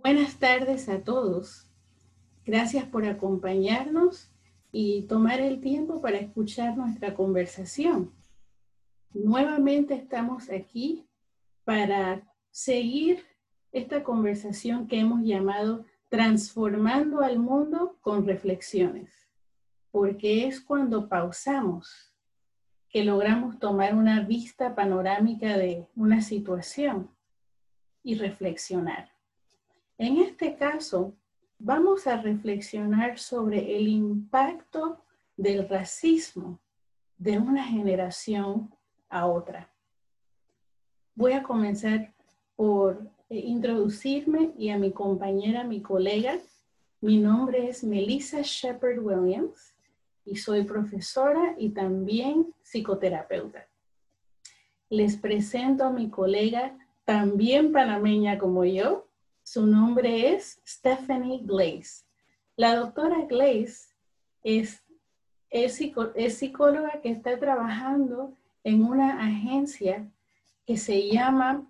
Buenas tardes a todos. Gracias por acompañarnos y tomar el tiempo para escuchar nuestra conversación. Nuevamente estamos aquí para seguir esta conversación que hemos llamado Transformando al Mundo con Reflexiones, porque es cuando pausamos que logramos tomar una vista panorámica de una situación y reflexionar. En este caso, vamos a reflexionar sobre el impacto del racismo de una generación a otra. Voy a comenzar por introducirme y a mi compañera, mi colega. Mi nombre es Melissa Shepard Williams y soy profesora y también psicoterapeuta. Les presento a mi colega, también panameña como yo. Su nombre es Stephanie Glaze. La doctora Glaze es psicóloga que está trabajando en una agencia que se llama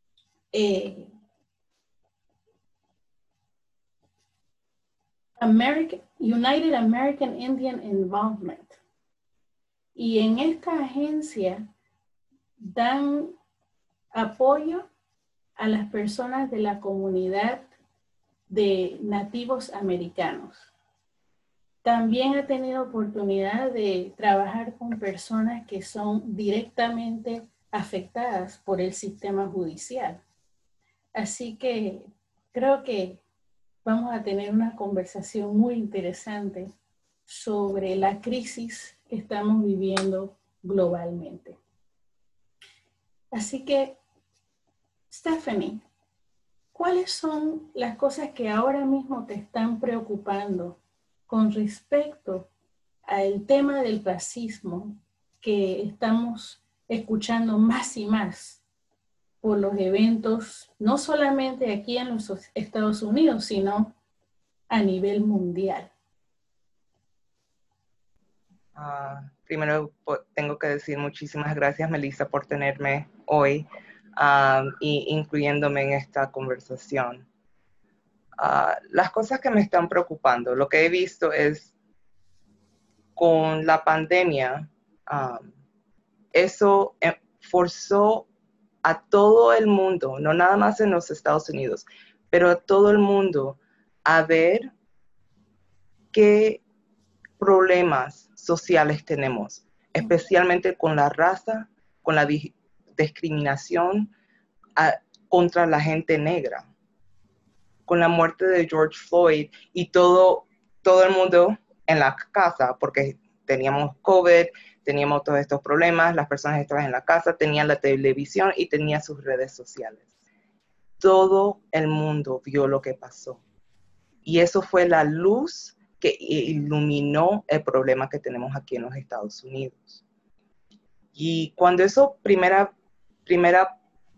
United American Indian Involvement. Y en esta agencia dan apoyo a las personas de la comunidad de nativos americanos. También ha tenido oportunidad de trabajar con personas que son directamente afectadas por el sistema judicial. Así que creo que vamos a tener una conversación muy interesante sobre la crisis que estamos viviendo globalmente. Así que, Stephanie, ¿cuáles son las cosas que ahora mismo te están preocupando con respecto al tema del racismo que estamos escuchando más y más por los eventos, no solamente aquí en los Estados Unidos, sino a nivel mundial? Primero tengo que decir muchísimas gracias, Melissa, por tenerme hoy y incluyéndome en esta conversación. Las cosas que me están preocupando, lo que he visto es con la pandemia, eso forzó a todo el mundo, no nada más en los Estados Unidos, pero a todo el mundo a ver qué problemas sociales tenemos, especialmente con la raza, con la discriminación contra la gente negra, con la muerte de George Floyd y todo el mundo en la casa, porque teníamos COVID, teníamos todos estos problemas, las personas estaban en la casa, tenían la televisión y tenían sus redes sociales. Todo el mundo vio lo que pasó. Y eso fue la luz que iluminó el problema que tenemos aquí en los Estados Unidos. Y cuando eso primeramente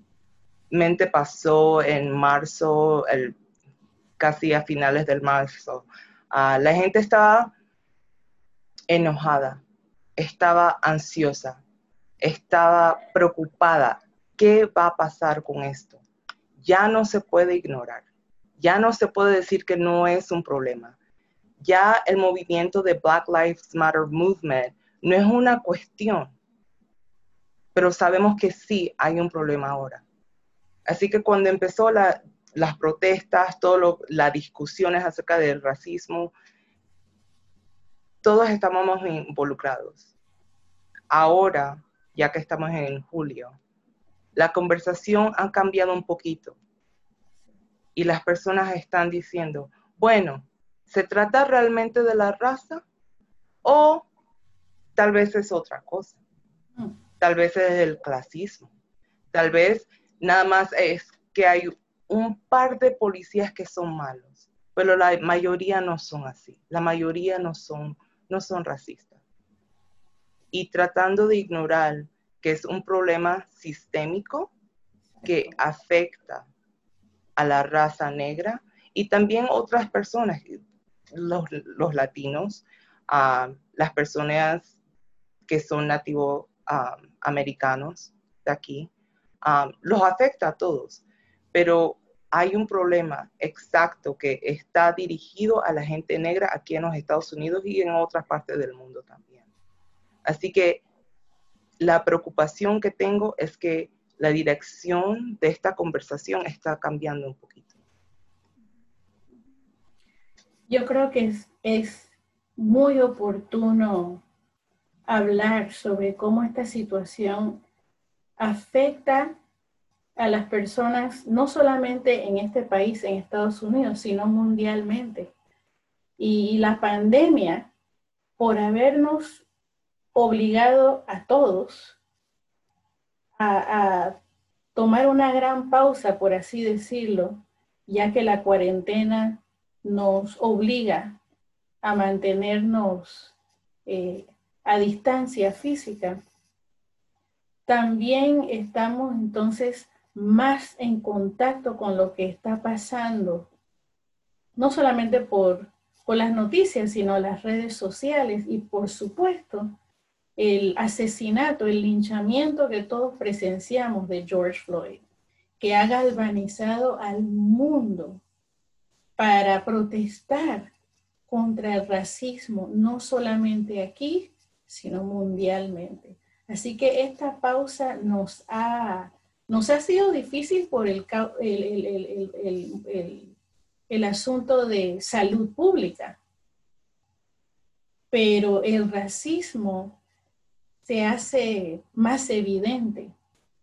pasó en marzo, casi a finales del marzo, la gente estaba enojada, estaba ansiosa, estaba preocupada. ¿Qué va a pasar con esto? Ya no se puede ignorar. Ya no se puede decir que no es un problema. Ya el movimiento de Black Lives Matter Movement no es una cuestión, pero sabemos que sí hay un problema ahora. Así que cuando empezó las protestas, las discusiones acerca del racismo, todos estábamos involucrados. Ahora, ya que estamos en julio, la conversación ha cambiado un poquito y las personas están diciendo, bueno, ¿se trata realmente de la raza o tal vez es otra cosa? Tal vez es el clasismo. Tal vez nada más es que hay un par de policías que son malos, pero la mayoría no son así. La mayoría no son racistas. Y tratando de ignorar que es un problema sistémico que afecta a la raza negra y también otras personas, los latinos, las personas que son nativos americanos de aquí, los afecta a todos. Pero hay un problema exacto que está dirigido a la gente negra aquí en los Estados Unidos y en otras partes del mundo también. Así que la preocupación que tengo es que la dirección de esta conversación está cambiando un poquito. Yo creo que es muy oportuno hablar sobre cómo esta situación afecta a las personas, no solamente en este país, en Estados Unidos, sino mundialmente. Y la pandemia, por habernos obligado a todos a tomar una gran pausa, por así decirlo, ya que la cuarentena nos obliga a mantenernos a distancia física. También estamos entonces más en contacto con lo que está pasando, no solamente por las noticias, sino las redes sociales y por supuesto el asesinato, el linchamiento que todos presenciamos de George Floyd, que ha galvanizado al mundo para protestar contra el racismo, no solamente aquí, sino mundialmente. Así que esta pausa nos ha sido difícil por el asunto de salud pública, pero el racismo se hace más evidente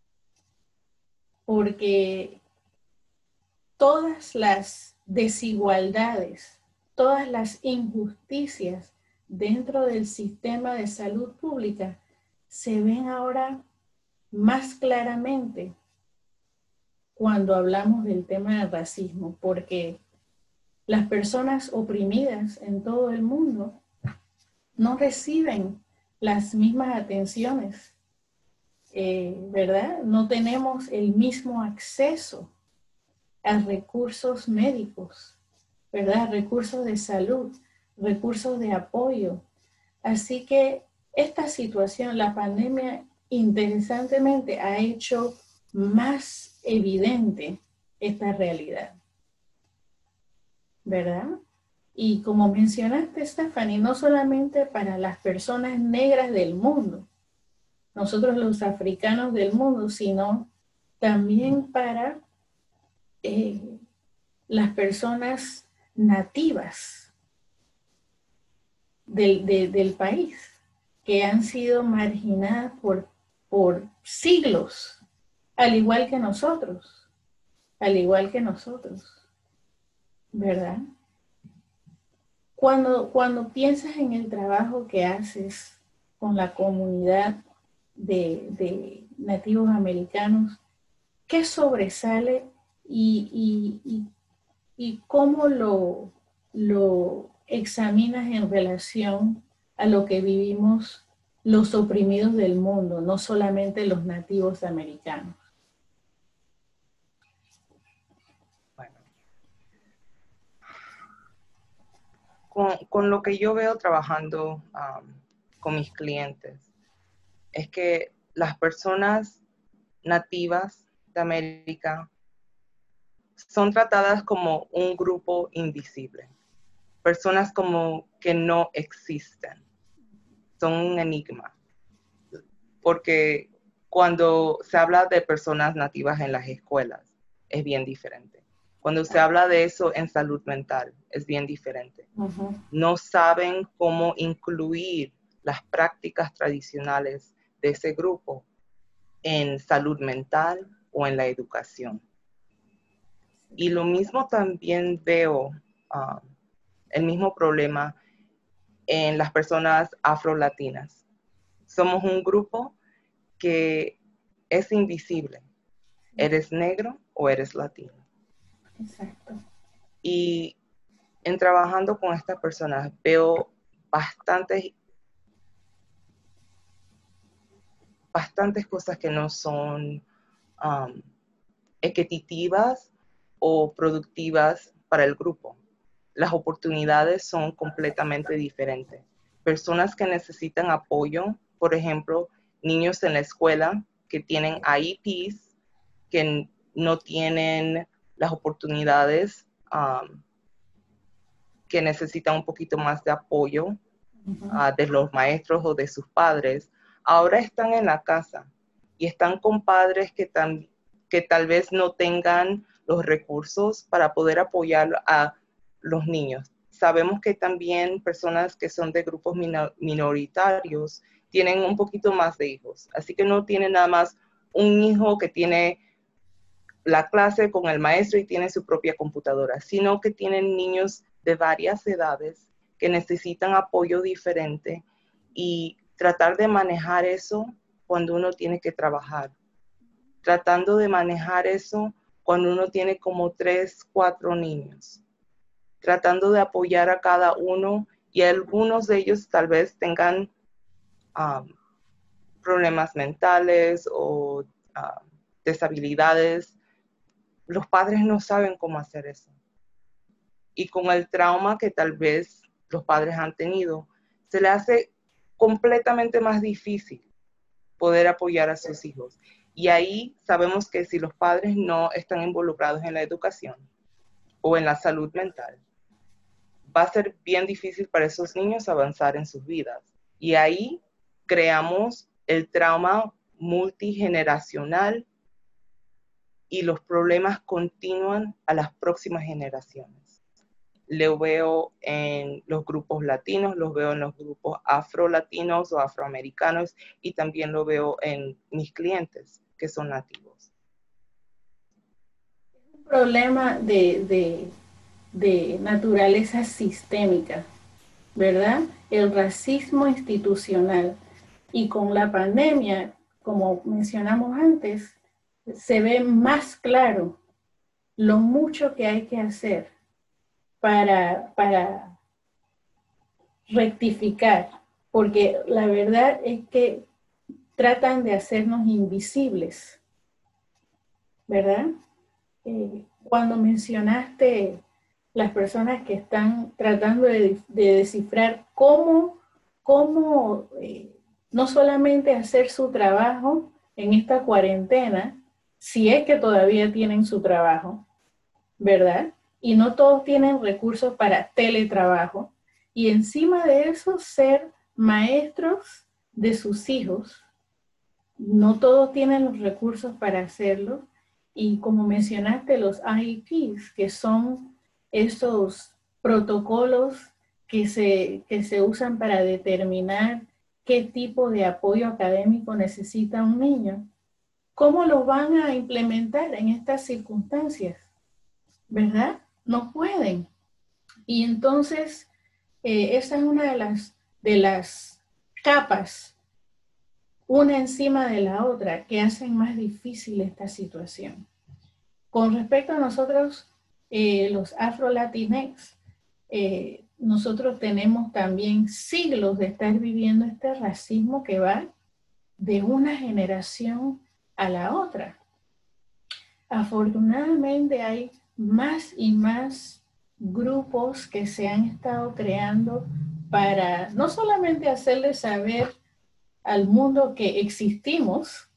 porque todas las desigualdades, todas las injusticias dentro del sistema de salud pública se ven ahora más claramente cuando hablamos del tema del racismo, porque las personas oprimidas en todo el mundo no reciben las mismas atenciones, ¿verdad? No tenemos el mismo acceso a recursos médicos, ¿verdad? Recursos de salud, recursos de apoyo. Así que esta situación, la pandemia, interesantemente ha hecho más evidente esta realidad, ¿verdad? Y como mencionaste, Stephanie, no solamente para las personas negras del mundo, nosotros los africanos del mundo, sino también para las personas nativas del país, que han sido marginadas por siglos, al igual que nosotros, ¿verdad? Cuando piensas en el trabajo que haces con la comunidad de nativos americanos, ¿qué sobresale y cómo lo examinas en relación a lo que vivimos los oprimidos del mundo, no solamente los nativos americanos? Con lo que yo veo trabajando con mis clientes, es que las personas nativas de América son tratadas como un grupo invisible, personas como que no existen, son un enigma, porque cuando se habla de personas nativas en las escuelas es bien diferente. Cuando se habla de eso en salud mental es bien diferente. Uh-huh. No saben cómo incluir las prácticas tradicionales de ese grupo en salud mental o en la educación. Y lo mismo también veo, el mismo problema en las personas afrolatinas. Somos un grupo que es invisible. ¿Eres negro o eres latino? Exacto. Y en trabajando con estas personas veo bastantes cosas que no son equitativas o productivas para el grupo. Las oportunidades son completamente diferentes. Personas que necesitan apoyo, por ejemplo, niños en la escuela que tienen IEPs, que no tienen las oportunidades que necesitan un poquito más de apoyo de los maestros o de sus padres, ahora están en la casa y están con padres que tal vez no tengan los recursos para poder apoyar a los niños. Sabemos que también personas que son de grupos minoritarios tienen un poquito más de hijos, así que no tienen nada más un hijo que tiene la clase con el maestro y tiene su propia computadora, sino que tienen niños de varias edades que necesitan apoyo diferente y tratar de manejar eso cuando uno tiene que trabajar, tratando de manejar eso cuando uno tiene como 3, 4 niños, tratando de apoyar a cada uno y algunos de ellos tal vez tengan problemas mentales o deshabilidades. Los padres no saben cómo hacer eso. Y con el trauma que tal vez los padres han tenido, se le hace completamente más difícil poder apoyar a sus hijos. Y ahí sabemos que si los padres no están involucrados en la educación o en la salud mental, va a ser bien difícil para esos niños avanzar en sus vidas. Y ahí creamos el trauma multigeneracional y los problemas continúan a las próximas generaciones. Lo veo en los grupos latinos, los veo en los grupos afrolatinos o afroamericanos y también lo veo en mis clientes que son nativos. Un problema de naturaleza sistémica, ¿verdad? El racismo institucional. Y con la pandemia, como mencionamos antes, se ve más claro lo mucho que hay que hacer para rectificar, porque la verdad es que tratan de hacernos invisibles, ¿verdad? Cuando mencionaste las personas que están tratando de descifrar cómo no solamente hacer su trabajo en esta cuarentena, si es que todavía tienen su trabajo, ¿verdad? Y no todos tienen recursos para teletrabajo. Y encima de eso, ser maestros de sus hijos. No todos tienen los recursos para hacerlo. Y como mencionaste, los IEPs, que son esos protocolos que se usan para determinar qué tipo de apoyo académico necesita un niño. ¿Cómo lo van a implementar en estas circunstancias? ¿Verdad? No pueden. Y entonces, esa es una de las capas, una encima de la otra, que hacen más difícil esta situación. Con respecto a nosotros, los afro-latinex, nosotros tenemos también siglos de estar viviendo este racismo que va de una generación a la otra. Afortunadamente hay más y más grupos que se han estado creando para no solamente hacerle saber al mundo que existimos,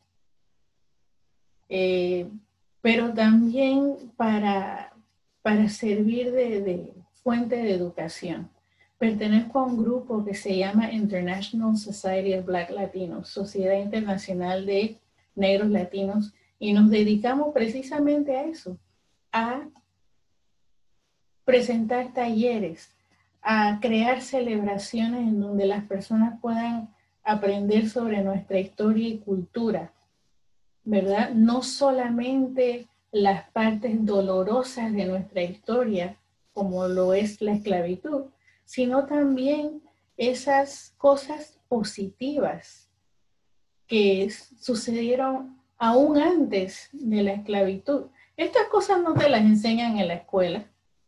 pero también para servir de fuente de educación. Pertenezco a un grupo que se llama International Society of Black Latinos, Sociedad Internacional de Negros Latinos, y nos dedicamos precisamente a eso, a presentar talleres, a crear celebraciones en donde las personas puedan aprender sobre nuestra historia y cultura, ¿verdad? No solamente las partes dolorosas de nuestra historia, como lo es la esclavitud, sino también esas cosas positivas que sucedieron aún antes de la esclavitud. Estas cosas no te las enseñan en la escuela,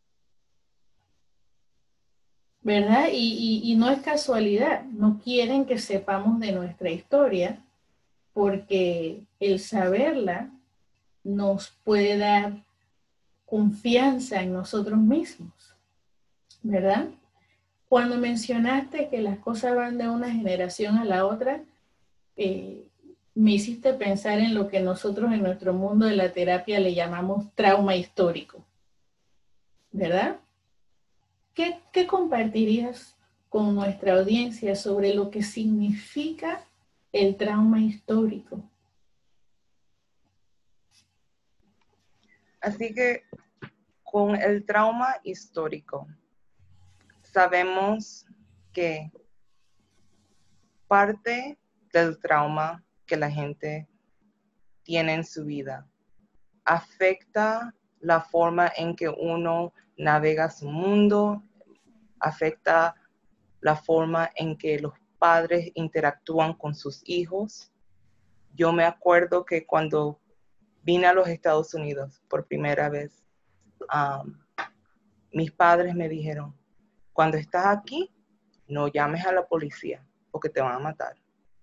¿verdad? Y no es casualidad, no quieren que sepamos de nuestra historia, porque el saberla nos puede dar confianza en nosotros mismos, ¿verdad? Cuando mencionaste que las cosas van de una generación a la otra, me hiciste pensar en lo que nosotros en nuestro mundo de la terapia le llamamos trauma histórico, ¿verdad? ¿Qué compartirías con nuestra audiencia sobre lo que significa el trauma histórico? Así que con el trauma histórico, sabemos que parte del trauma que la gente tiene en su vida afecta la forma en que uno navega su mundo, afecta la forma en que los padres interactúan con sus hijos. Yo me acuerdo que cuando vine a los Estados Unidos por primera vez, mis padres me dijeron, cuando estás aquí, no llames a la policía porque te van a matar.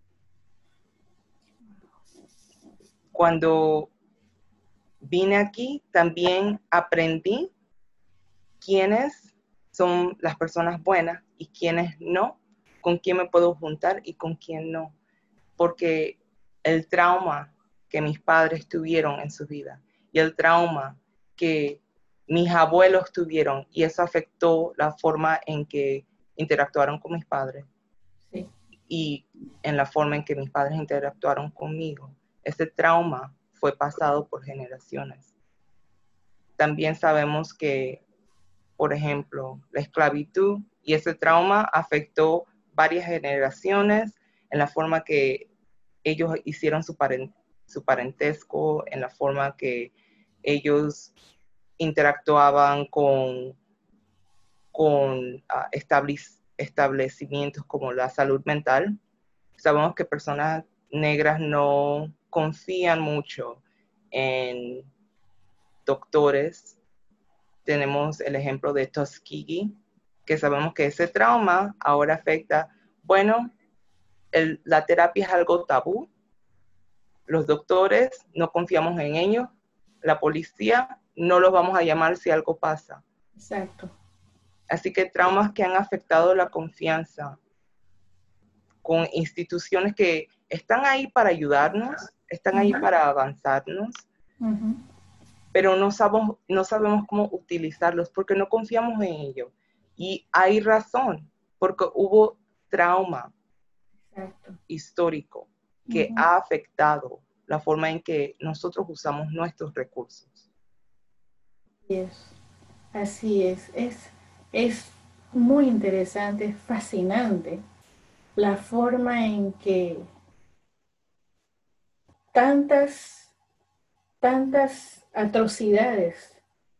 Cuando vine aquí, también aprendí quiénes son las personas buenas y quiénes no, con quién me puedo juntar y con quién no. Porque el trauma que mis padres tuvieron en su vida y el trauma que mis abuelos tuvieron, y eso afectó la forma en que interactuaron con mis padres, sí, y en la forma en que mis padres interactuaron conmigo. Ese trauma fue pasado por generaciones. También sabemos que, por ejemplo, la esclavitud y ese trauma afectó varias generaciones en la forma que ellos hicieron su parentesco, en la forma que ellos interactuaban con establecimientos como la salud mental. Sabemos que personas negras no confían mucho en doctores. Tenemos el ejemplo de Tuskegee, que sabemos que ese trauma ahora afecta, bueno, la terapia es algo tabú, los doctores no confiamos en ellos, la policía no los vamos a llamar si algo pasa. Exacto. Así que traumas que han afectado la confianza con instituciones que están ahí para ayudarnos, están ahí para avanzarnos, pero no sabemos cómo utilizarlos porque no confiamos en ellos. Y hay razón, porque hubo trauma histórico que ha afectado la forma en que nosotros usamos nuestros recursos. Así es muy interesante, es fascinante la forma en que tantas atrocidades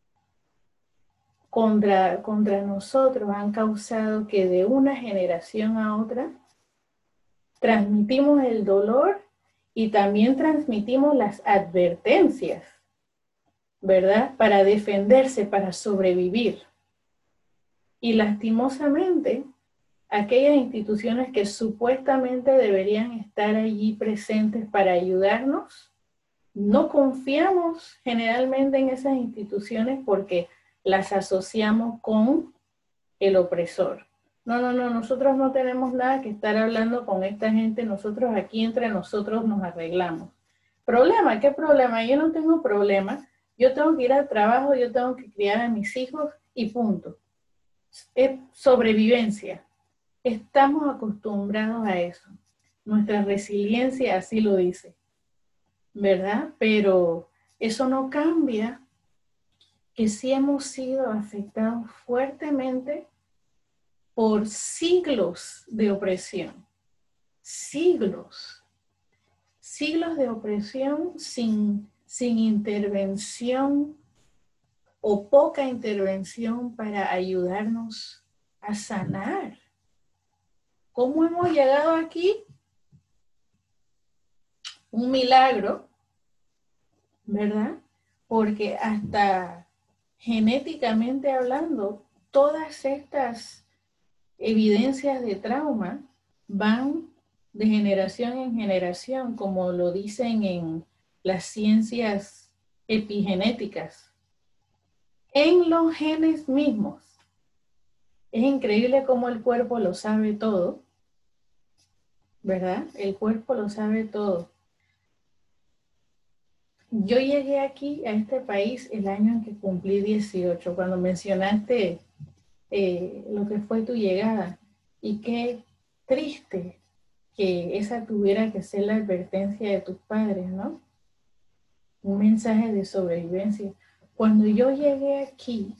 contra nosotros han causado que de una generación a otra transmitimos el dolor y también transmitimos las advertencias, ¿verdad? Para defenderse, para sobrevivir. Y lastimosamente, aquellas instituciones que supuestamente deberían estar allí presentes para ayudarnos, no confiamos generalmente en esas instituciones porque las asociamos con el opresor. No, nosotros no tenemos nada que estar hablando con esta gente, nosotros aquí entre nosotros nos arreglamos. ¿Problema? ¿Qué problema? Yo no tengo problema, yo tengo que ir al trabajo, yo tengo que criar a mis hijos y punto. Es sobrevivencia. Estamos acostumbrados a eso. Nuestra resiliencia así lo dice, ¿verdad? Pero eso no cambia que sí hemos sido afectados fuertemente por siglos de opresión. Siglos de opresión sin intervención o poca intervención para ayudarnos a sanar. ¿Cómo hemos llegado aquí? Un milagro, ¿verdad? Porque hasta genéticamente hablando, todas estas evidencias de trauma van de generación en generación, como lo dicen en las ciencias epigenéticas, en los genes mismos. Es increíble cómo el cuerpo lo sabe todo, ¿verdad? El cuerpo lo sabe todo. yo llegué aquí a este país el año en que cumplí 18, cuando mencionaste lo que fue tu llegada. Y qué triste que esa tuviera que ser la advertencia de tus padres, ¿no? Un mensaje de sobrevivencia. Cuando yo llegué aquí,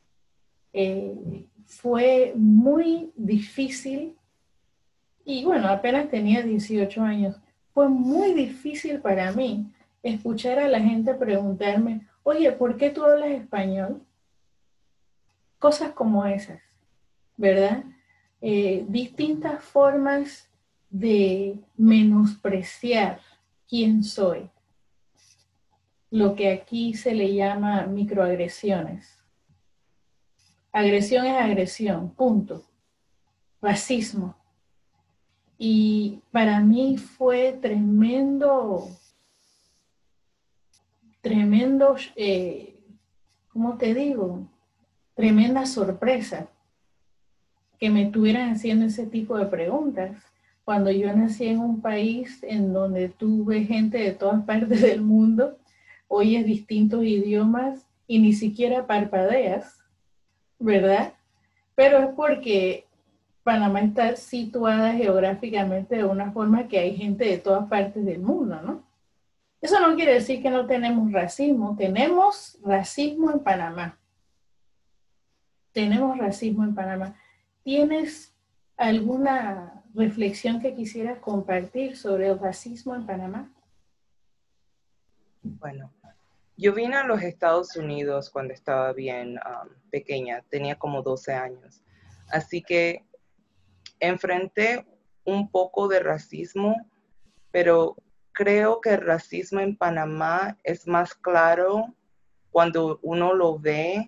fue muy difícil, y bueno, apenas tenía 18 años, fue muy difícil para mí escuchar a la gente preguntarme, oye, ¿por qué tú hablas español? Cosas como esas, ¿verdad? Distintas formas de menospreciar quién soy, lo que aquí se le llama microagresiones. Agresión es agresión, punto. Racismo. Y para mí fue tremendo, ¿cómo te digo? Tremenda sorpresa que me estuvieran haciendo ese tipo de preguntas. Cuando yo nací en un país en donde tuve gente de todas partes del mundo, oyes distintos idiomas y ni siquiera parpadeas, ¿verdad? Pero es porque Panamá está situada geográficamente de una forma que hay gente de todas partes del mundo, ¿no? Eso no quiere decir que no tenemos racismo. Tenemos racismo en Panamá. Tenemos racismo en Panamá. ¿Tienes alguna reflexión que quisieras compartir sobre el racismo en Panamá? Bueno, yo vine a los Estados Unidos cuando estaba bien pequeña, tenía como 12 años. Así que enfrenté un poco de racismo, pero creo que el racismo en Panamá es más claro cuando uno lo ve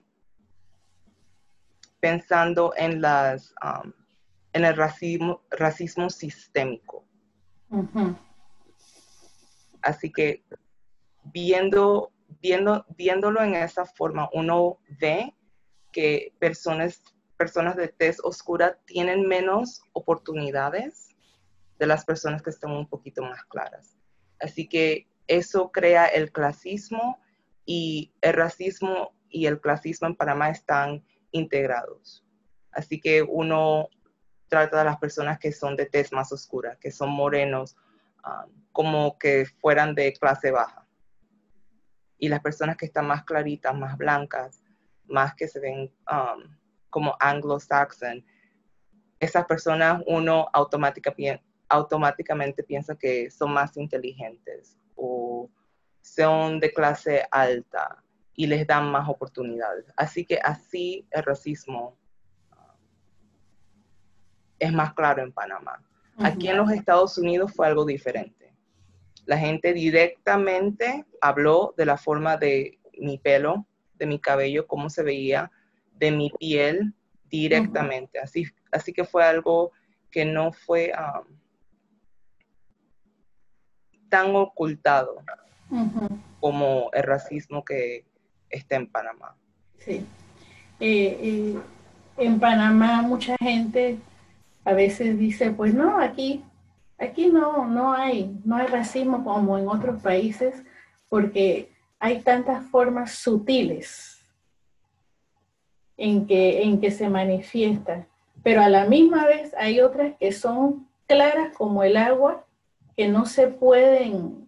pensando en el racismo sistémico. Uh-huh. Así que viéndolo en esa forma, uno ve que personas de tez oscura tienen menos oportunidades de las personas que están un poquito más claras. Así que eso crea el clasismo, y el racismo y el clasismo en Panamá están integrados. Así que uno trata a las personas que son de tez más oscura, que son morenos, como que fueran de clase baja. Y las personas que están más claritas, más blancas, más que se ven como anglo-saxon, esas personas uno automáticamente piensa que son más inteligentes o son de clase alta y les dan más oportunidades. Así que así el racismo es más claro en Panamá. Uh-huh. Aquí en los Estados Unidos fue algo diferente. La gente directamente habló de la forma de mi pelo, de mi cabello, cómo se veía, de mi piel directamente. Uh-huh. Así que fue algo que no fue tan ocultado uh-huh. como el racismo que está en Panamá. Sí. En Panamá mucha gente a veces dice, pues no, aquí no hay racismo como en otros países, porque hay tantas formas sutiles en que se manifiesta, pero a la misma vez hay otras que son claras como el agua, que no se pueden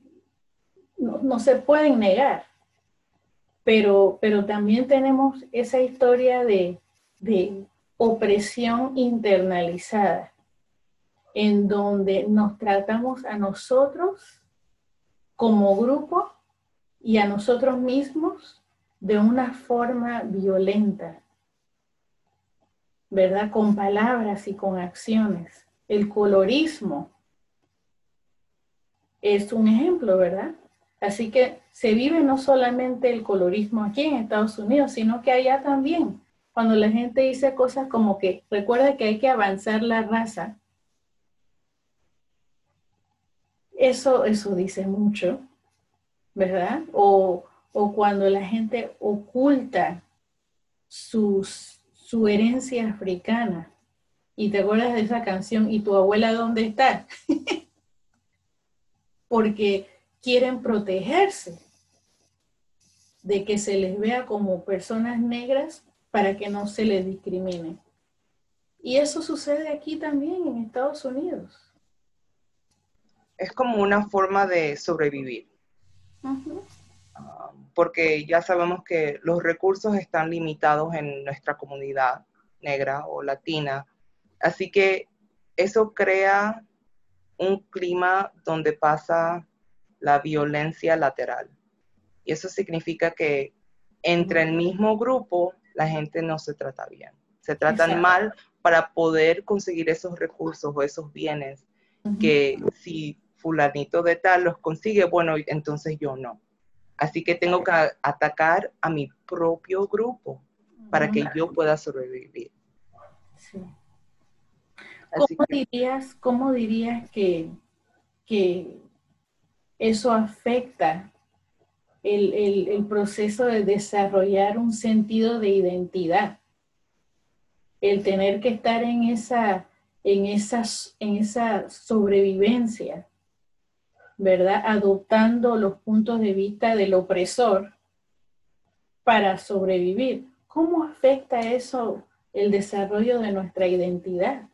negar. Pero también tenemos esa historia de opresión internalizada, en donde nos tratamos a nosotros como grupo y a nosotros mismos de una forma violenta, ¿verdad? Con palabras y con acciones. El colorismo es un ejemplo, ¿verdad? Así que se vive no solamente el colorismo aquí en Estados Unidos, sino que allá también. Cuando la gente dice cosas como que recuerda que hay que avanzar la raza, eso dice mucho, ¿verdad? O cuando la gente oculta su herencia africana. Y te acuerdas de esa canción, ¿y tu abuela dónde está? Porque quieren protegerse. de que se les vea como personas negras para que no se les discrimine. Y eso sucede aquí también en Estados Unidos. Es como una forma de sobrevivir. Porque ya sabemos que los recursos están limitados en nuestra comunidad negra o latina. Así que eso crea un clima donde pasa la violencia lateral. Y eso significa que entre el mismo grupo la gente no se trata bien. Se tratan mal para poder conseguir esos recursos o esos bienes que si fulanito de tal los consigue, bueno, entonces yo no. Así que tengo que atacar a mi propio grupo para que yo pueda sobrevivir. Sí. ¿Cómo dirías que eso afecta el proceso de desarrollar un sentido de identidad? El tener que estar en esa sobrevivencia, ¿verdad? Adoptando los puntos de vista del opresor para sobrevivir. ¿Cómo afecta eso el desarrollo de nuestra identidad?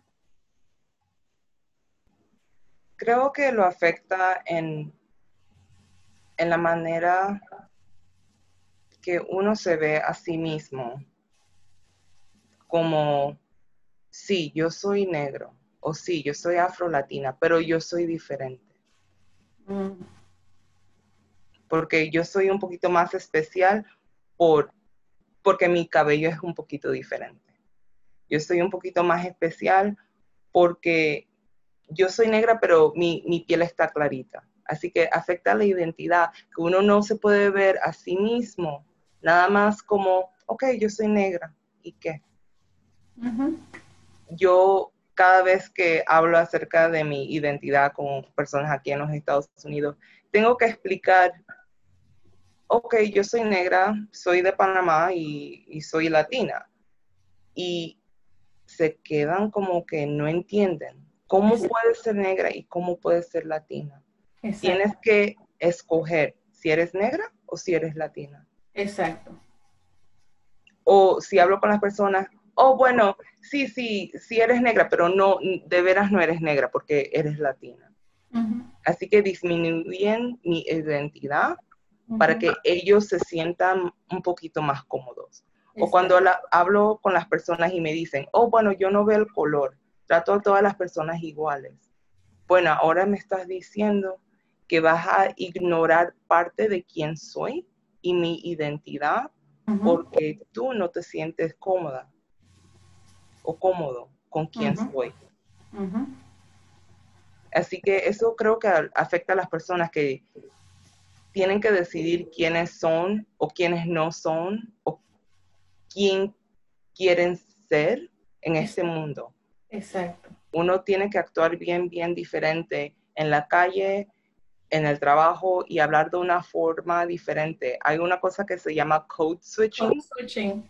Creo que lo afecta en la manera que uno se ve a sí mismo como, sí, yo soy negro, o sí, yo soy afrolatina, pero yo soy diferente. Porque yo soy un poquito más especial porque mi cabello es un poquito diferente. Yo soy un poquito más especial porque yo soy negra, pero mi piel está clarita. Así que afecta la identidad, que uno no se puede ver a sí mismo, nada más como, ok, yo soy negra, ¿y qué? Yo cada vez que hablo acerca de mi identidad con personas aquí en los Estados Unidos, tengo que explicar, ok, yo soy negra, soy de Panamá y soy latina. Y se quedan como que no entienden cómo puedes ser negra y cómo puedes ser latina. Exacto. Tienes que escoger si eres negra o si eres latina. Exacto. O si hablo con las personas, oh, bueno, sí eres negra, pero no, de veras no eres negra porque eres latina. Así que disminuyen mi identidad para que ellos se sientan un poquito más cómodos. O cuando hablo con las personas y me dicen, oh, bueno, yo no veo el color, trato a todas las personas iguales. Bueno, ahora me estás diciendo que vas a ignorar parte de quién soy y mi identidad porque tú no te sientes cómoda o cómodo con quién soy. Así que eso creo que afecta a las personas que tienen que decidir quiénes son o quiénes no son o quién quieren ser en este mundo. Exacto. Uno tiene que actuar bien diferente en la calle, en el trabajo y hablar de una forma diferente. Hay una cosa que se llama code switching. Code switching.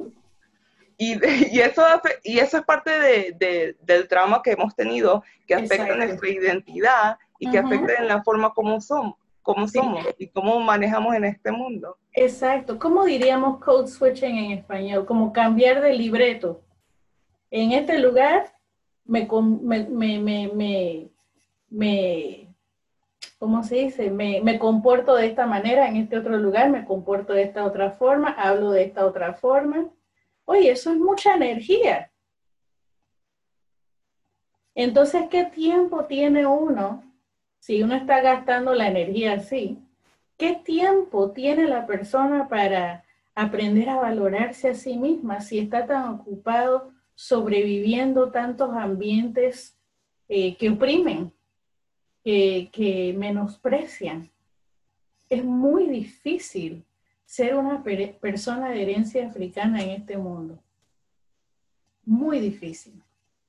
Y eso es parte del trauma que hemos tenido, que afecta nuestra identidad y que afecta en la forma como somos y cómo manejamos en este mundo. Exacto. ¿Cómo diríamos code switching en español? Como cambiar de libreto. En este lugar ¿cómo se dice? Me comporto de esta manera, en este otro lugar me comporto de esta otra forma, hablo de esta otra forma. Oye, eso es mucha energía. Entonces, ¿qué tiempo tiene uno? Si uno está gastando la energía así, ¿qué tiempo tiene la persona para aprender a valorarse a sí misma si está tan ocupado sobreviviendo tantos ambientes que oprimen, que menosprecian? Es muy difícil ser una persona de herencia africana en este mundo. Muy difícil.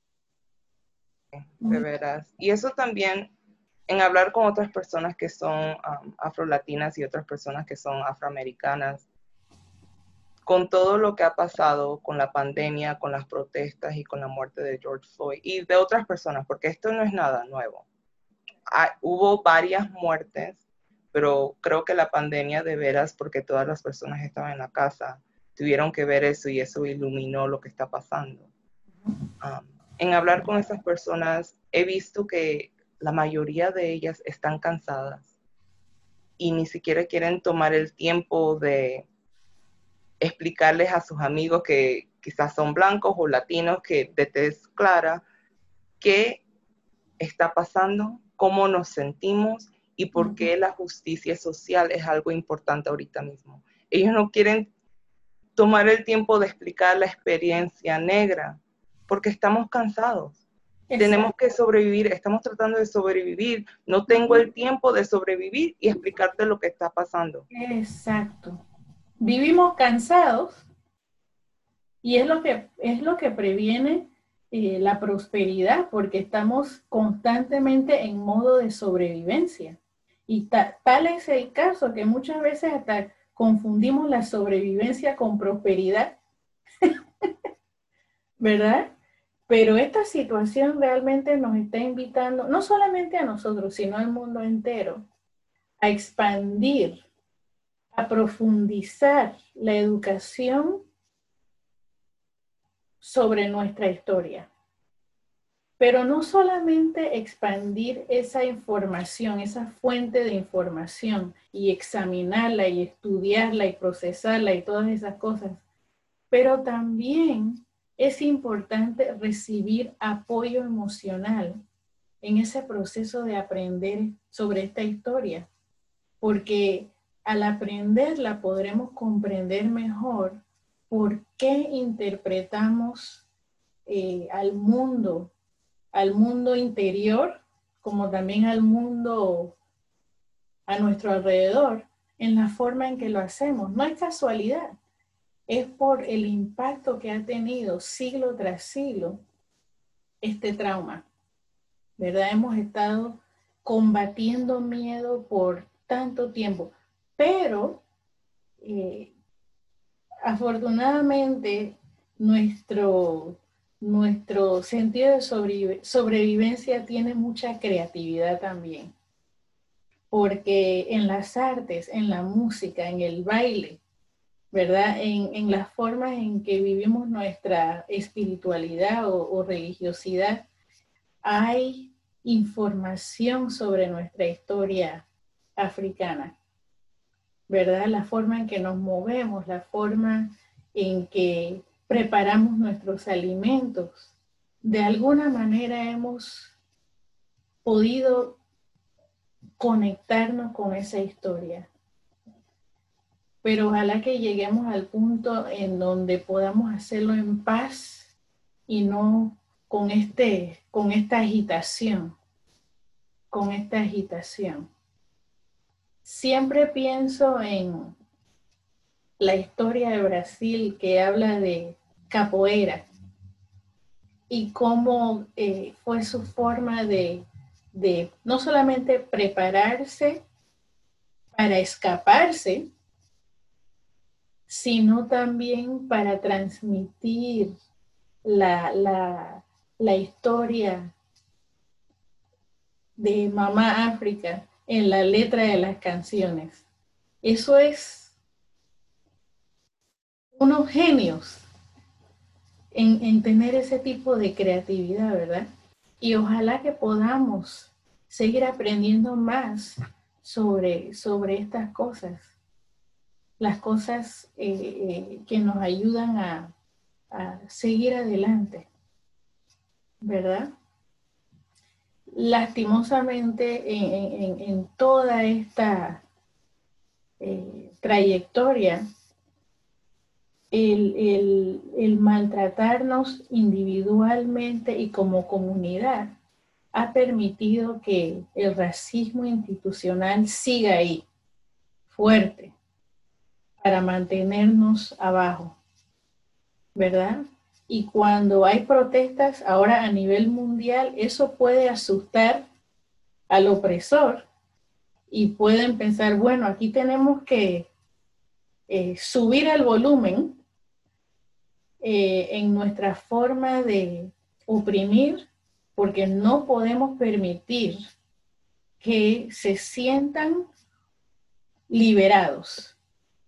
De veras. Y eso también, en hablar con otras personas que son afrolatinas y otras personas que son afroamericanas, con todo lo que ha pasado con la pandemia, con las protestas y con la muerte de George Floyd y de otras personas, porque esto no es nada nuevo. Hubo varias muertes pero creo que la pandemia de veras, porque todas las personas estaban en la casa, tuvieron que ver eso y eso iluminó lo que está pasando. En hablar con esas personas, he visto que la mayoría de ellas están cansadas y ni siquiera quieren tomar el tiempo de explicarles a sus amigos que quizás son blancos o latinos, que de tez clara, qué está pasando, cómo nos sentimos y por qué la justicia social es algo importante ahorita mismo. Ellos no quieren tomar el tiempo de explicar la experiencia negra porque estamos cansados. Exacto. Tenemos que sobrevivir, estamos tratando de sobrevivir. No tengo el tiempo de sobrevivir y explicarte lo que está pasando. Exacto. Vivimos cansados y es lo que previene la prosperidad, porque estamos constantemente en modo de sobrevivencia. Y tal es el caso que muchas veces hasta confundimos la sobrevivencia con prosperidad, ¿verdad? Pero esta situación realmente nos está invitando, no solamente a nosotros, sino al mundo entero, a expandir, a profundizar la educación sobre nuestra historia. Pero no solamente expandir esa información, esa fuente de información y examinarla y estudiarla y procesarla y todas esas cosas, pero también es importante recibir apoyo emocional en ese proceso de aprender sobre esta historia, porque al aprenderla podremos comprender mejor por qué interpretamos al mundo interior, como también al mundo a nuestro alrededor, en la forma en que lo hacemos. No es casualidad, es por el impacto que ha tenido siglo tras siglo este trauma, ¿verdad? Hemos estado combatiendo miedo por tanto tiempo, pero afortunadamente nuestro sentido de sobrevivencia tiene mucha creatividad también, porque en las artes, en la música, en el baile, ¿verdad? En las formas en que vivimos nuestra espiritualidad o religiosidad, hay información sobre nuestra historia africana, ¿verdad? La forma en que nos movemos, la forma en que preparamos nuestros alimentos. De alguna manera hemos podido conectarnos con esa historia. Pero ojalá que lleguemos al punto en donde podamos hacerlo en paz y no con esta agitación. Siempre pienso en la historia de Brasil que habla de capoeira y cómo fue su forma de no solamente prepararse para escaparse, sino también para transmitir la historia de Mamá África en la letra de las canciones. Eso es unos genios en tener ese tipo de creatividad, ¿verdad? Y ojalá que podamos seguir aprendiendo más sobre estas cosas, las cosas que nos ayudan a seguir adelante, ¿verdad? Lastimosamente en toda esta trayectoria, el maltratarnos individualmente y como comunidad ha permitido que el racismo institucional siga ahí, fuerte, para mantenernos abajo, ¿verdad? Y cuando hay protestas ahora a nivel mundial, eso puede asustar al opresor y pueden pensar, bueno, aquí tenemos que subir el volumen en nuestra forma de oprimir, porque no podemos permitir que se sientan liberados,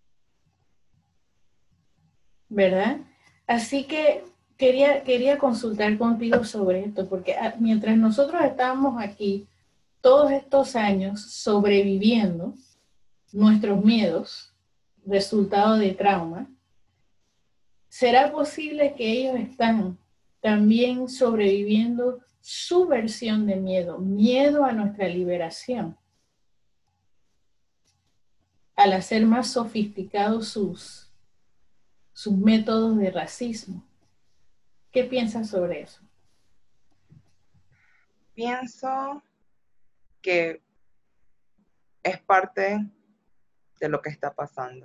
¿verdad? Así que quería consultar contigo sobre esto, porque mientras nosotros estábamos aquí todos estos años sobreviviendo nuestros miedos, resultado de trauma, ¿será posible que ellos están también sobreviviendo su versión de miedo, miedo a nuestra liberación, al hacer más sofisticados sus métodos de racismo? ¿Qué piensas sobre eso? Pienso que es parte de lo que está pasando.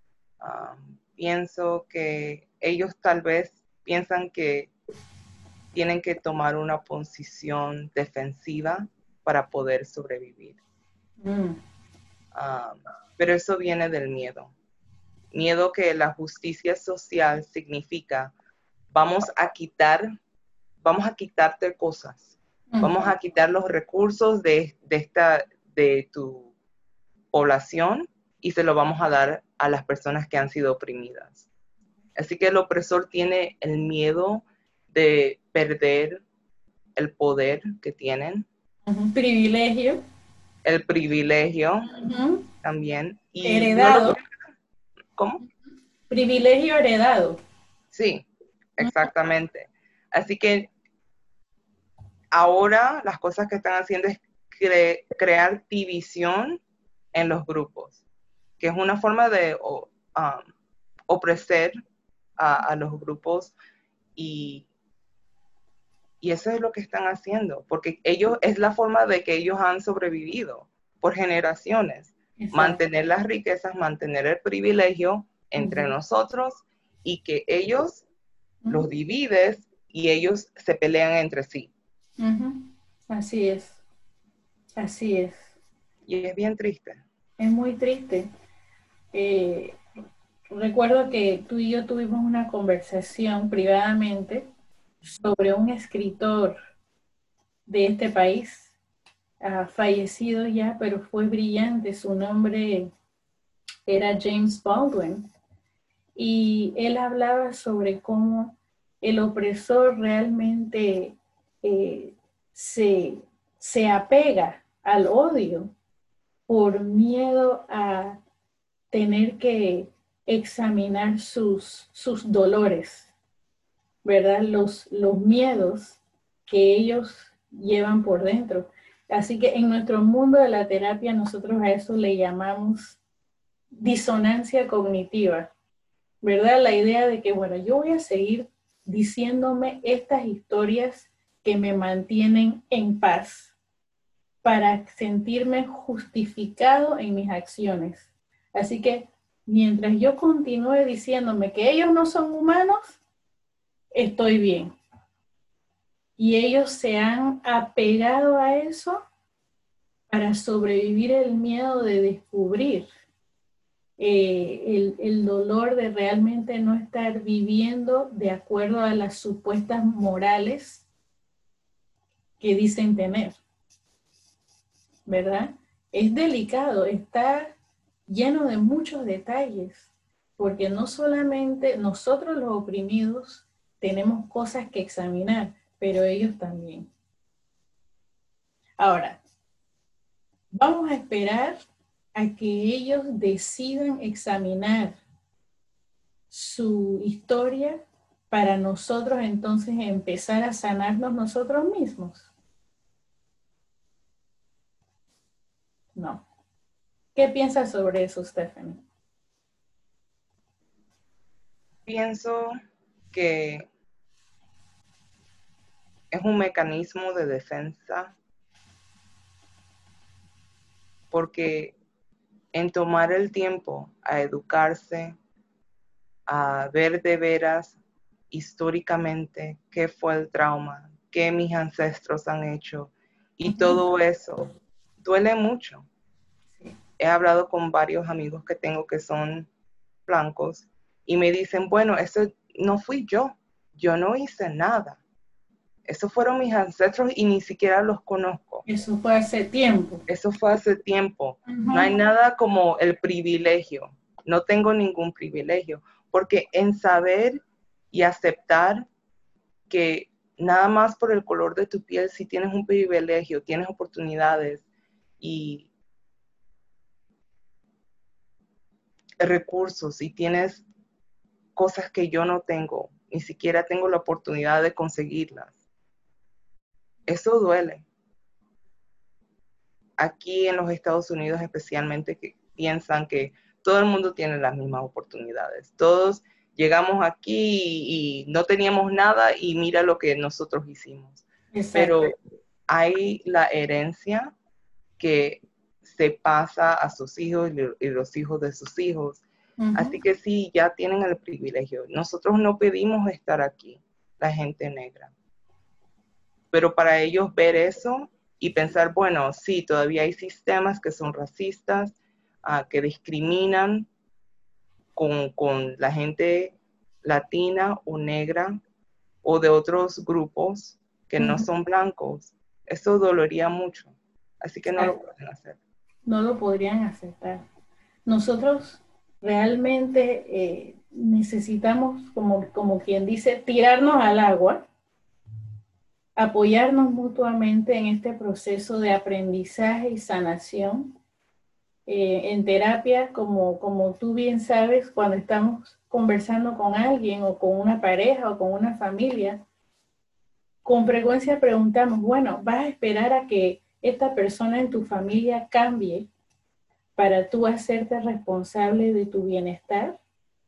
Pienso que ellos tal vez piensan que tienen que tomar una posición defensiva para poder sobrevivir. Pero eso viene del miedo. Miedo que la justicia social significa vamos a quitarte cosas, vamos a quitar los recursos de tu población y se lo vamos a dar a las personas que han sido oprimidas. Así que el opresor tiene el miedo de perder el poder que tienen. Privilegio. El privilegio también. Y heredado. ¿Cómo? Privilegio heredado. Sí, exactamente. Así que ahora las cosas que están haciendo es crear división en los grupos, que es una forma de opresar a los grupos y eso es lo que están haciendo, porque es la forma de que ellos han sobrevivido por generaciones. Exacto. Mantener las riquezas, mantener el privilegio entre nosotros y que ellos los divides y ellos se pelean entre sí. Así es. Así es. Y es bien triste. Es muy triste. Recuerdo que tú y yo tuvimos una conversación privadamente sobre un escritor de este país, fallecido ya, pero fue brillante. Su nombre era James Baldwin. Y él hablaba sobre cómo el opresor realmente se apega al odio por miedo a tener que examinar sus dolores, ¿verdad? Los miedos que ellos llevan por dentro. Así que en nuestro mundo de la terapia nosotros a eso le llamamos disonancia cognitiva, ¿verdad? La idea de que, bueno, yo voy a seguir diciéndome estas historias que me mantienen en paz para sentirme justificado en mis acciones. Así que mientras yo continúe diciéndome que ellos no son humanos, estoy bien. Y ellos se han apegado a eso para sobrevivir el miedo de descubrir el dolor de realmente no estar viviendo de acuerdo a las supuestas morales que dicen tener, ¿verdad? Es delicado, está lleno de muchos detalles, porque no solamente nosotros los oprimidos tenemos cosas que examinar, pero ellos también. Ahora, vamos a esperar a que ellos decidan examinar su historia para nosotros entonces empezar a sanarnos nosotros mismos. No. ¿Qué piensas sobre eso, Stephanie? Pienso que es un mecanismo de defensa porque en tomar el tiempo a educarse, a ver de veras históricamente qué fue el trauma, qué mis ancestros han hecho y todo eso duele mucho. He hablado con varios amigos que tengo que son blancos y me dicen, bueno, eso no fui yo no hice nada. Esos fueron mis ancestros y ni siquiera los conozco. Eso fue hace tiempo. Eso fue hace tiempo. No hay nada como el privilegio. No tengo ningún privilegio, porque en saber y aceptar que nada más por el color de tu piel, si tienes un privilegio, tienes oportunidades y recursos y tienes cosas que yo no tengo, ni siquiera tengo la oportunidad de conseguirlas. Eso duele. Aquí en los Estados Unidos especialmente, que piensan que todo el mundo tiene las mismas oportunidades. Todos llegamos aquí y no teníamos nada y mira lo que nosotros hicimos. Exacto. Pero hay la herencia que se pasa a sus hijos y los hijos de sus hijos. Así que sí, ya tienen el privilegio. Nosotros no pedimos estar aquí, la gente negra. Pero para ellos ver eso y pensar, bueno, sí, todavía hay sistemas que son racistas, que discriminan con la gente latina o negra o de otros grupos que no son blancos. Eso dolería mucho. Así que no lo pueden hacer. No lo podrían aceptar. Nosotros realmente necesitamos, como quien dice, tirarnos al agua, apoyarnos mutuamente en este proceso de aprendizaje y sanación. En terapia, como tú bien sabes, cuando estamos conversando con alguien o con una pareja o con una familia, con frecuencia preguntamos, bueno, ¿vas a esperar a que esta persona en tu familia cambie para tú hacerte responsable de tu bienestar?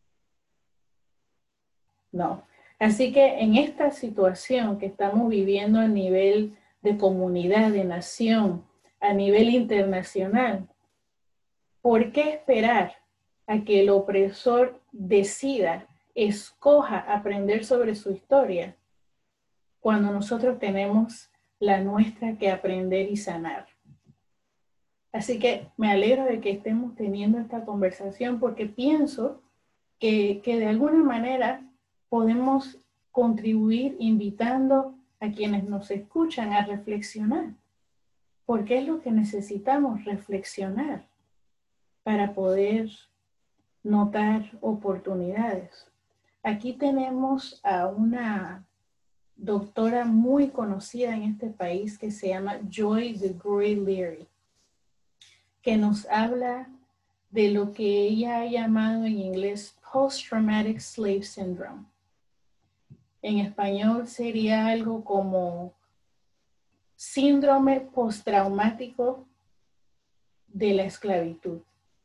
No. Así que en esta situación que estamos viviendo a nivel de comunidad, de nación, a nivel internacional, ¿por qué esperar a que el opresor decida, escoja aprender sobre su historia, cuando nosotros tenemos la nuestra que aprender y sanar? Así que me alegro de que estemos teniendo esta conversación porque pienso que de alguna manera podemos contribuir invitando a quienes nos escuchan a reflexionar, porque es lo que necesitamos, reflexionar para poder notar oportunidades. Aquí tenemos a una doctora muy conocida en este país que se llama Joy DeGruy-Leary, que nos habla de lo que ella ha llamado en inglés Post-Traumatic Slave Syndrome. En español sería algo como síndrome postraumático de la esclavitud.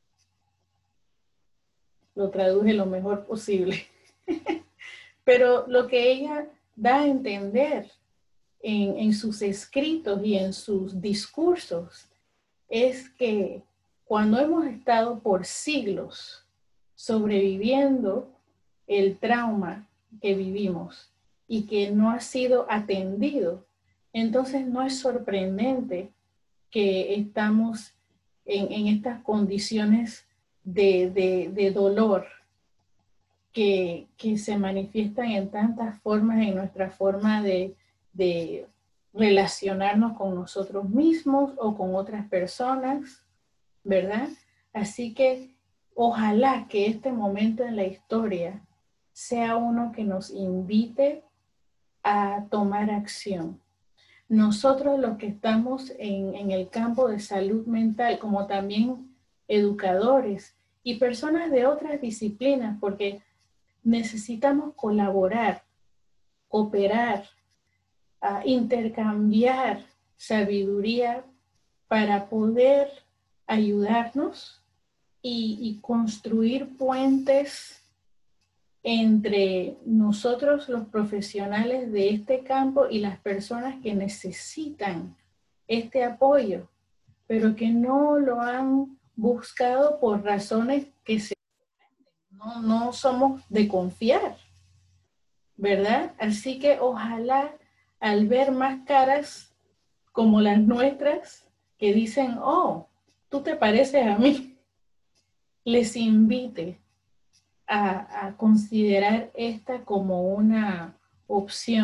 Lo traduje lo mejor posible. Pero lo que ella da a entender en sus escritos y en sus discursos es que cuando hemos estado por siglos sobreviviendo el trauma que vivimos y que no ha sido atendido, entonces no es sorprendente que estamos en estas condiciones de dolor que se manifiestan en tantas formas en nuestra forma de relacionarnos con nosotros mismos o con otras personas, ¿verdad? Así que ojalá que este momento en la historia sea uno que nos invite a tomar acción. Nosotros los que estamos en el campo de salud mental, como también educadores y personas de otras disciplinas, porque necesitamos colaborar, cooperar, intercambiar sabiduría para poder ayudarnos y construir puentes entre nosotros los profesionales de este campo y las personas que necesitan este apoyo, pero que no lo han buscado por razones que no somos de confiar, ¿verdad? Así que ojalá al ver más caras como las nuestras que dicen, oh, tú te pareces a mí, les invite a considerar esta como una opción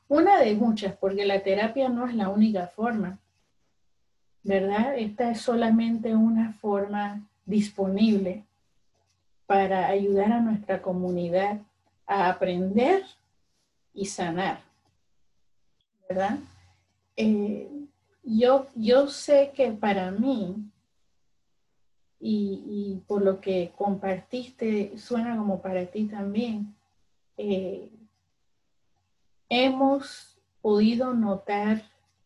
una de muchas, porque la terapia no es la única forma, ¿verdad? Esta es solamente una forma disponible para ayudar a nuestra comunidad a aprender y sanar, ¿verdad? Eh, yo sé que para mí, y por lo que compartiste, suena como para ti también, hemos podido notar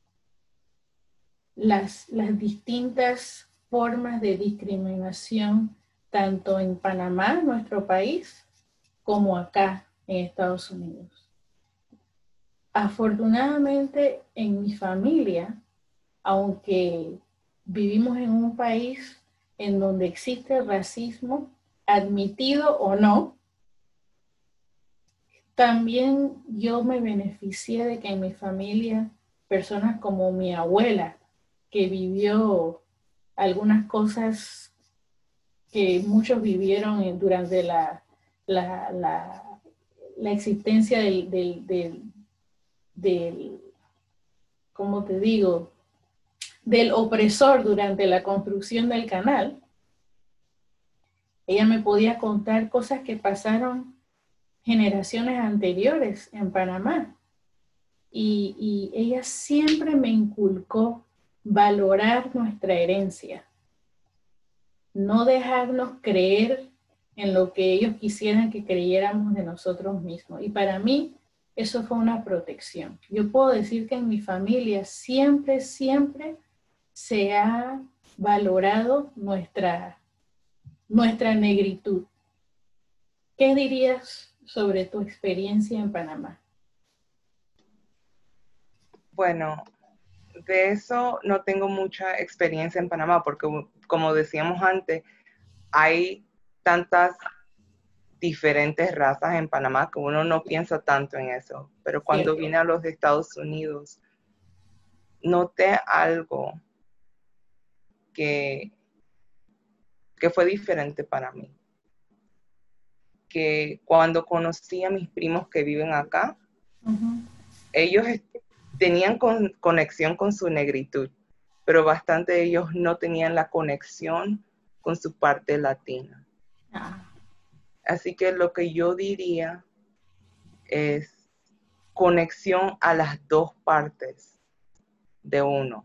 las distintas formas de discriminación tanto en Panamá, nuestro país, como acá en Estados Unidos. Afortunadamente en mi familia, aunque vivimos en un país en donde existe racismo, admitido o no, también yo me beneficié de que en mi familia personas como mi abuela, que vivió algunas cosas que muchos vivieron durante la existencia del, ¿cómo te digo?, del opresor durante la construcción del canal. Ella me podía contar cosas que pasaron generaciones anteriores en Panamá. Y ella siempre me inculcó valorar nuestra herencia, no dejarnos creer en lo que ellos quisieran que creyéramos de nosotros mismos. Y para mí eso fue una protección. Yo puedo decir que en mi familia siempre, siempre se ha valorado nuestra negritud. ¿Qué dirías sobre tu experiencia en Panamá? Bueno, de eso no tengo mucha experiencia en Panamá porque, como decíamos antes, hay tantas diferentes razas en Panamá que uno no piensa tanto en eso. Pero cuando Cierto. vine a los Estados Unidos, noté algo que fue diferente para mí. Que cuando conocí a mis primos que viven acá, ellos tenían conexión con su negritud, pero bastante de ellos no tenían la conexión con su parte latina. Así que lo que yo diría es conexión a las dos partes de uno.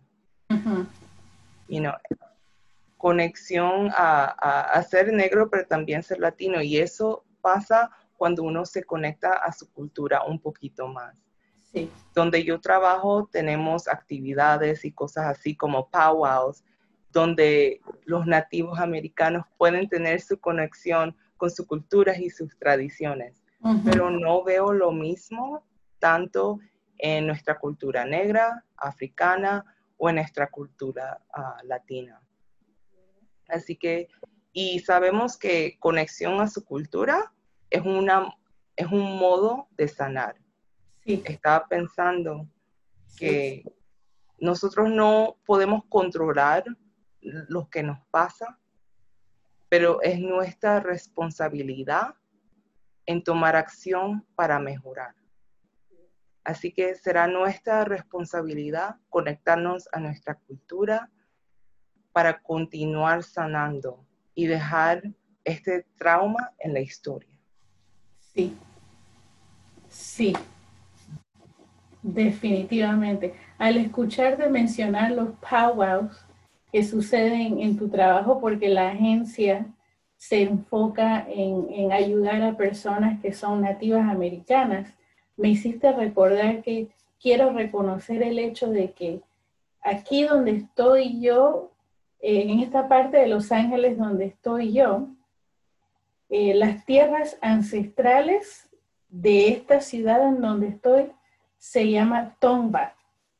Conexión a ser negro, pero también ser latino. Y eso pasa cuando uno se conecta a su cultura un poquito más. Sí. Donde yo trabajo tenemos actividades y cosas así como powwows, donde los nativos americanos pueden tener su conexión con sus culturas y sus tradiciones. Pero no veo lo mismo tanto en nuestra cultura negra, africana o en nuestra cultura latina. Así que, y sabemos que conexión a su cultura es un modo de sanar. Sí. Estaba pensando que nosotros no podemos controlar lo que nos pasa, pero es nuestra responsabilidad en tomar acción para mejorar. Así que será nuestra responsabilidad conectarnos a nuestra cultura para continuar sanando y dejar este trauma en la historia. Sí, sí, definitivamente. Al escucharte mencionar los powwows que suceden en tu trabajo, porque la agencia se enfoca en ayudar a personas que son nativas americanas, me hiciste recordar que quiero reconocer el hecho de que aquí donde estoy yo, en esta parte de Los Ángeles donde estoy yo, las tierras ancestrales de esta ciudad en donde estoy se llama Tomba.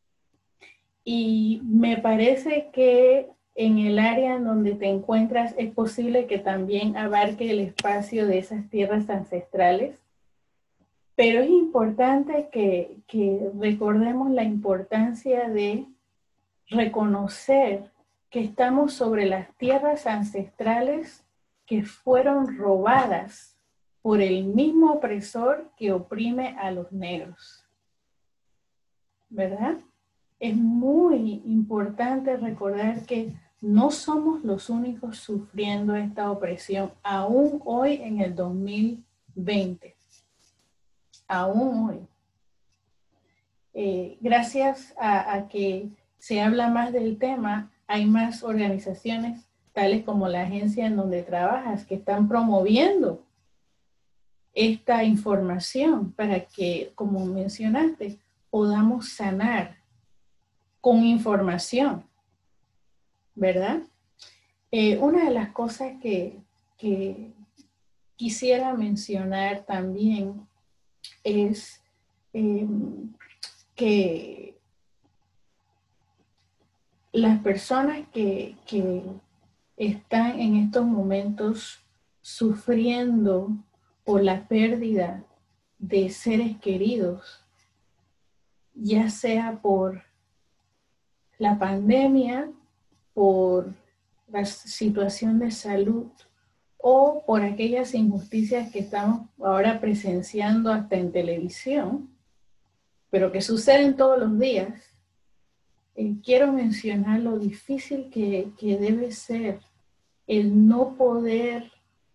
Y me parece que en el área en donde te encuentras es posible que también abarque el espacio de esas tierras ancestrales. Pero es importante que recordemos la importancia de reconocer que estamos sobre las tierras ancestrales que fueron robadas por el mismo opresor que oprime a los negros. ¿verdad? Es muy importante recordar que no somos los únicos sufriendo esta opresión, aún hoy en el 2020, aún hoy. Gracias a que se habla más del tema, hay más organizaciones, tales como la agencia en donde trabajas, que están promoviendo esta información para que, como mencionaste, podamos sanar con información, ¿verdad? Una de las cosas que quisiera mencionar también es que las personas que están en estos momentos sufriendo por la pérdida de seres queridos, ya sea por la pandemia, por la situación de salud o por aquellas injusticias que estamos ahora presenciando hasta en televisión, pero que suceden todos los días, quiero mencionar lo difícil que debe ser el no poder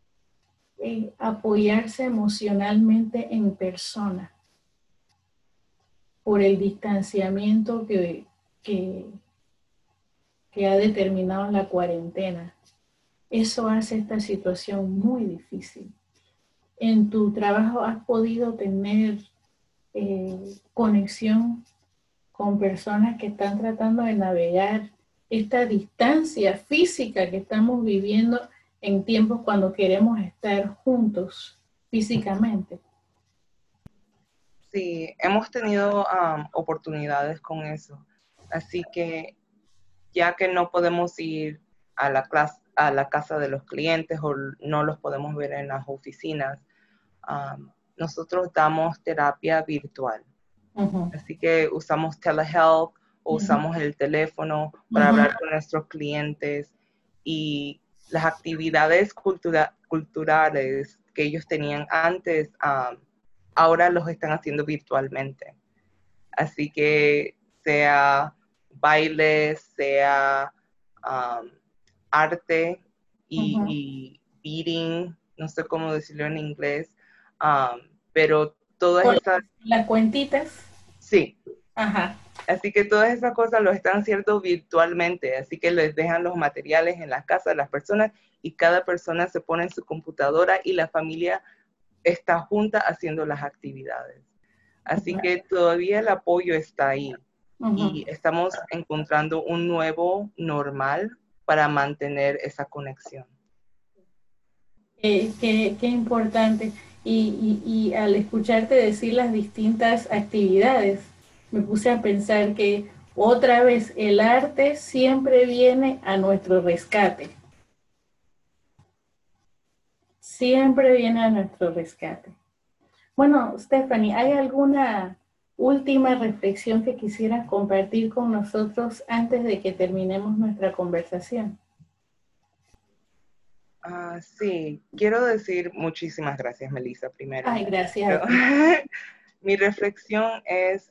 apoyarse emocionalmente en persona por el distanciamiento que ha determinado la cuarentena. Eso hace esta situación muy difícil. ¿En tu trabajo has podido tener conexión con personas que están tratando de navegar esta distancia física que estamos viviendo en tiempos cuando queremos estar juntos físicamente? Sí, hemos tenido oportunidades con eso. Así que ya que no podemos ir a la casa de los clientes o no los podemos ver en las oficinas, nosotros damos terapia virtual. Uh-huh. Así que usamos telehealth o usamos el teléfono para hablar con nuestros clientes, y las actividades culturales que ellos tenían antes, ahora los están haciendo virtualmente. Así que sea baile, sea arte y beading, no sé cómo decirlo en inglés, pero todas Con esas... las cuentitas. Sí. Ajá. Así que todas esas cosas lo están haciendo virtualmente, así que les dejan los materiales en la casa de las personas y cada persona se pone en su computadora y la familia está junta haciendo las actividades. Así que todavía el apoyo está ahí y estamos encontrando un nuevo normal para mantener esa conexión. Qué importante. Y al escucharte decir las distintas actividades, me puse a pensar que otra vez el arte siempre viene a nuestro rescate. Siempre viene a nuestro rescate. Bueno, Stephanie, ¿hay alguna última reflexión que quisieras compartir con nosotros antes de que terminemos nuestra conversación? Sí, quiero decir muchísimas gracias, Melissa, primero. Ay, gracias a ti. Mi reflexión es: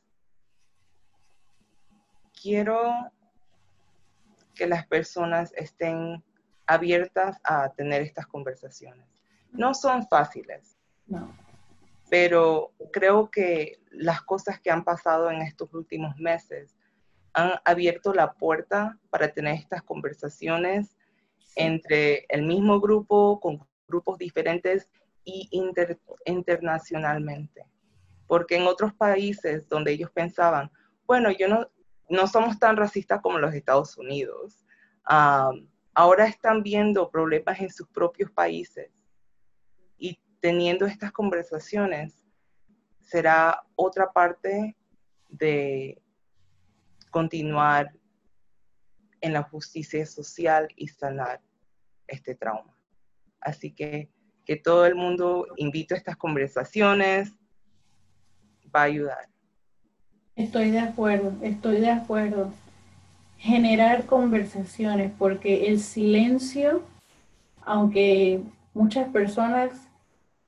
quiero que las personas estén abiertas a tener estas conversaciones. No son fáciles, No. pero creo que las cosas que han pasado en estos últimos meses han abierto la puerta para tener estas conversaciones entre el mismo grupo, con grupos diferentes y internacionalmente. Porque en otros países donde ellos pensaban, bueno, no somos tan racistas como los Estados Unidos, ahora están viendo problemas en sus propios países, y teniendo estas conversaciones será otra parte de continuar en la justicia social y sanar este trauma. Así que todo el mundo invite a estas conversaciones, va a ayudar. Estoy de acuerdo, estoy de acuerdo. Generar conversaciones, porque el silencio, aunque muchas personas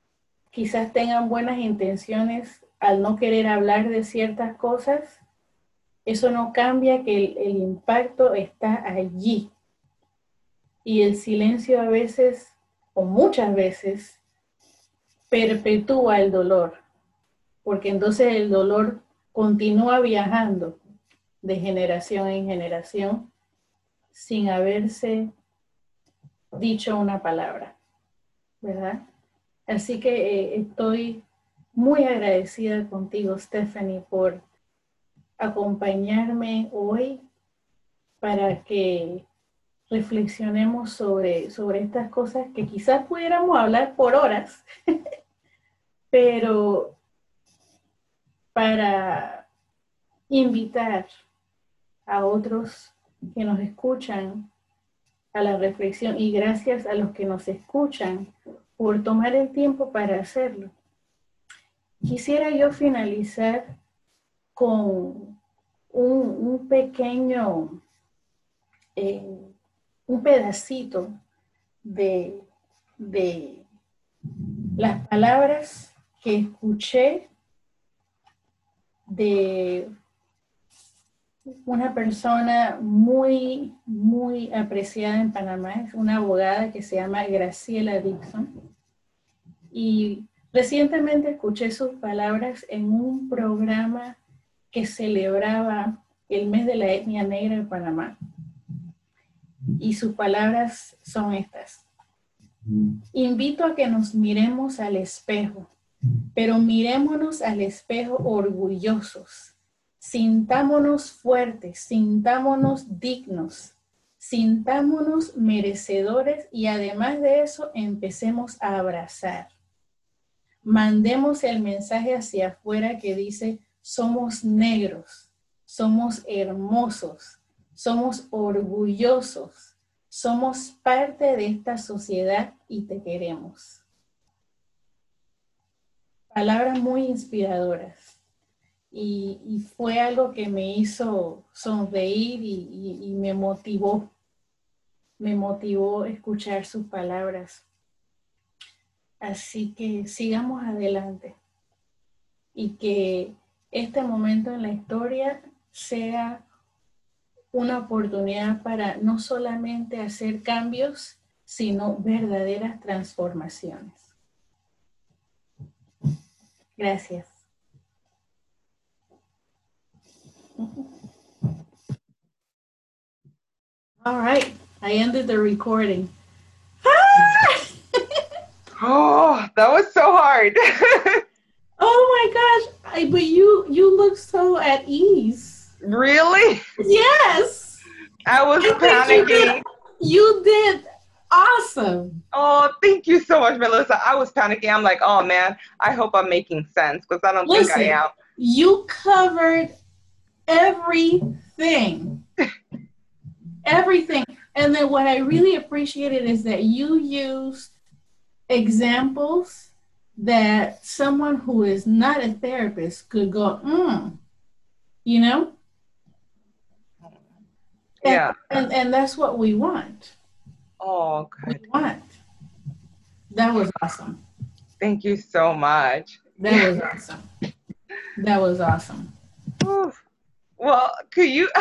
quizás tengan buenas intenciones al no querer hablar de ciertas cosas, eso no cambia que el impacto está allí. Y el silencio a veces, o muchas veces, perpetúa el dolor, porque entonces el dolor continúa viajando de generación en generación sin haberse dicho una palabra, ¿verdad? Así que estoy muy agradecida contigo, Stephanie, por acompañarme hoy para que reflexionemos sobre estas cosas que quizás pudiéramos hablar por horas, pero para invitar a otros que nos escuchan a la reflexión, y gracias a los que nos escuchan por tomar el tiempo para hacerlo. Quisiera yo finalizar con un pequeño, un pedacito de las palabras que escuché de una persona muy, muy apreciada en Panamá. Es una abogada que se llama Graciela Dixon. Y recientemente escuché sus palabras en un programa que celebraba el mes de la etnia negra en Panamá. Y sus palabras son estas. Invito a que nos miremos al espejo, pero mirémonos al espejo orgullosos. Sintámonos fuertes, sintámonos dignos, sintámonos merecedores y además de eso empecemos a abrazar. Mandemos el mensaje hacia afuera que dice, somos negros, somos hermosos, somos orgullosos, somos parte de esta sociedad y te queremos. Palabras muy inspiradoras. Y fue algo que me hizo sonreír y me motivó escuchar sus palabras. Así que sigamos adelante y que este momento en la historia sea una oportunidad para no solamente hacer cambios, sino verdaderas transformaciones. Gracias. All right, I ended the recording. Oh, that was so hard. Oh my gosh, but you look so at ease. Really? Yes. I was panicking. You did awesome. Oh, thank you so much, Melissa. I was panicking. I'm like, oh man, I hope I'm making sense because I don't think I am. You covered everything. Everything. And then what I really appreciated is that you used examples that someone who is not a therapist could go, you know? Yeah. And that's what we want. Oh, good. We want. That was awesome. Thank you so much. That was awesome. That was awesome. Well, could you